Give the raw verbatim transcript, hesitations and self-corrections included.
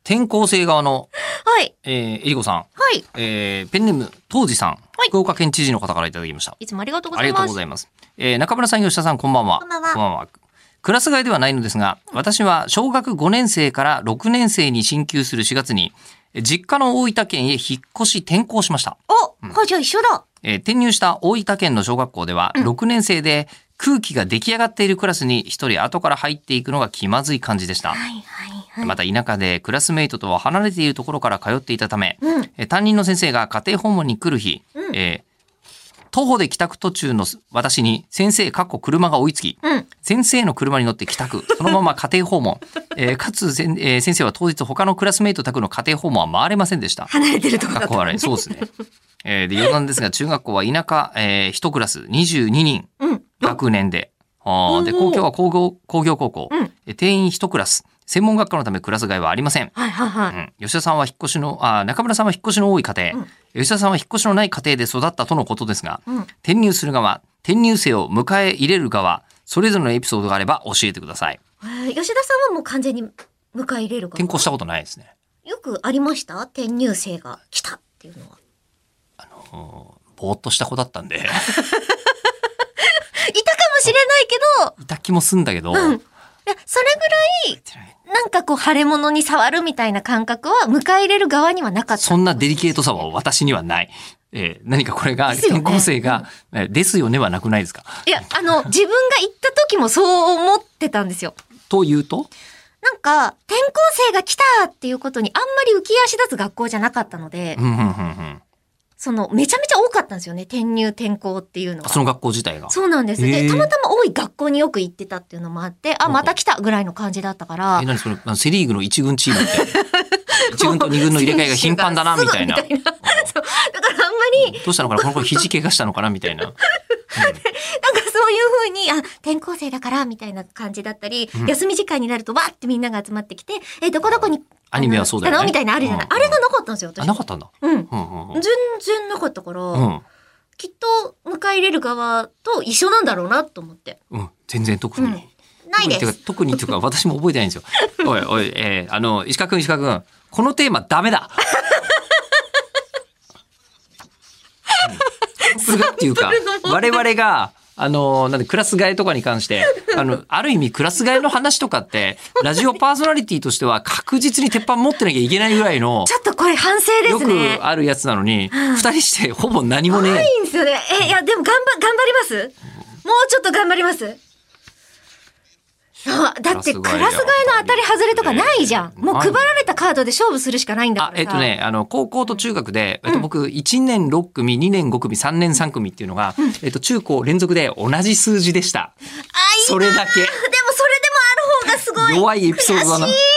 転校生側の、 はい。 えー、えりこさん。 はい。 えー、ペンネーム、当時さん。 はい。 福岡県知事の方からいただきました。 いつもありがとうございます。 ありがとうございます。えー、中村さん、吉田さん、こんばんは。 こんばんは。 こんばんは。クラス替えではないのですが、私は小学ごねん生からろくねん生に進級するしがつに、実家の大分県へ引っ越し転校しました。 お、うん、じゃあ一緒だ。 えー、転入した大分県の小学校では、ろくねん生で空気が出来上がっているクラスに一人後から入っていくのが気まずい感じでした。はいはいはい、また田舎でクラスメイトとは離れているところから通っていたため、うん、え担任の先生が家庭訪問に来る日、うん、えー徒歩で帰宅途中の私に先生かっこ車が追いつき、うん、先生の車に乗って帰宅、そのまま家庭訪問、えー、かつ、えー、先生は当日他のクラスメイト宅の家庭訪問は回れませんでした。 離れてるところだったね。 そうですね。えー、で余談ですが中学校は田舎、えー、いちクラスにじゅうににん、うん、学年で、あで公共は工業工業高校、うん、え定員いちクラス。専門学科のためクラス替えはありません。 はいはいはい。 うん、吉田さんは引っ越しのあ中村さんは引っ越しの多い家庭、うん、吉田さんは引っ越しのない家庭で育ったとのことですが、うん、転入する側、転入生を迎え入れる側、それぞれのエピソードがあれば教えてください。 えー、吉田さんはもう完全に迎え入れる側。 転校したことないですね。 よくありました？転入生が来たっていうのは。 あのー、ぼーっとした子だったんで。いたかもしれないけど。 いた気もすんだけど。 うんいやそれぐらいなんかこう腫れ物に触るみたいな感覚は迎え入れる側にはなかった。 そんなデリケートさは私にはない。えー、何かこれが転校生がですよね、ですよねはなくないですか？ いやあの自分が行った時もそう思ってたんですよ。 というと？ なんか転校生が来たっていうことにあんまり浮き足立つ学校じゃなかったので。うんうんうんうんそのめちゃめちゃ多かったんですよね転入転校っていうのが。 その学校自体が。 そうなんです。でたまたま多い学校によく行ってたっていうのもあってあまた来たぐらいの感じだったから。 え何それセリーグの一軍チームって一軍と二軍の入れ替えが頻繁だなみたいな。そうだからあんまりどうしたのかなこの子肘怪我したのかなみたいな。うん、なんかそういう風にあ転校生だからみたいな感じだったり、うん、休み時間になるとわーってみんなが集まってきてえどこどこにアニメはそうだよねみたいなあるじゃない、うん、あれがなかったんですよ私。 なかったんだ。 うん。うんうんうん、全然なかったから、うん、きっと迎え入れる側と一緒なんだろうなと思って。 うん、全然特に。うん、 ないです。 特にというか私も覚えてないんですよ。おいおい、えー、あの石川君石川君このテーマダメだ。それがっていうか我々があのなんでクラス替えとかに関してあのある意味クラス替えの話とかってラジオパーソナリティとしては確実に鉄板持ってなきゃいけないぐらいのちょっとこれ反省ですね。 よくあるやつなのに、うん、ふたりしてほぼ何もねないんですよね。えいやでも頑張頑張ります。もうちょっと頑張ります。だってクラス替えの当たり外れとかないじゃん。もう配られたカードで勝負するしかないんだからさ。 あえっとねあの高校と中学で、えっと、僕いちねんろっくみにねんごくみさんねんさんくみっていうのが、うん、えっと、中高連続で同じ数字でした。あいいなそれだけ。でもそれでもある方がすごい弱いエピソードだな。 悔しい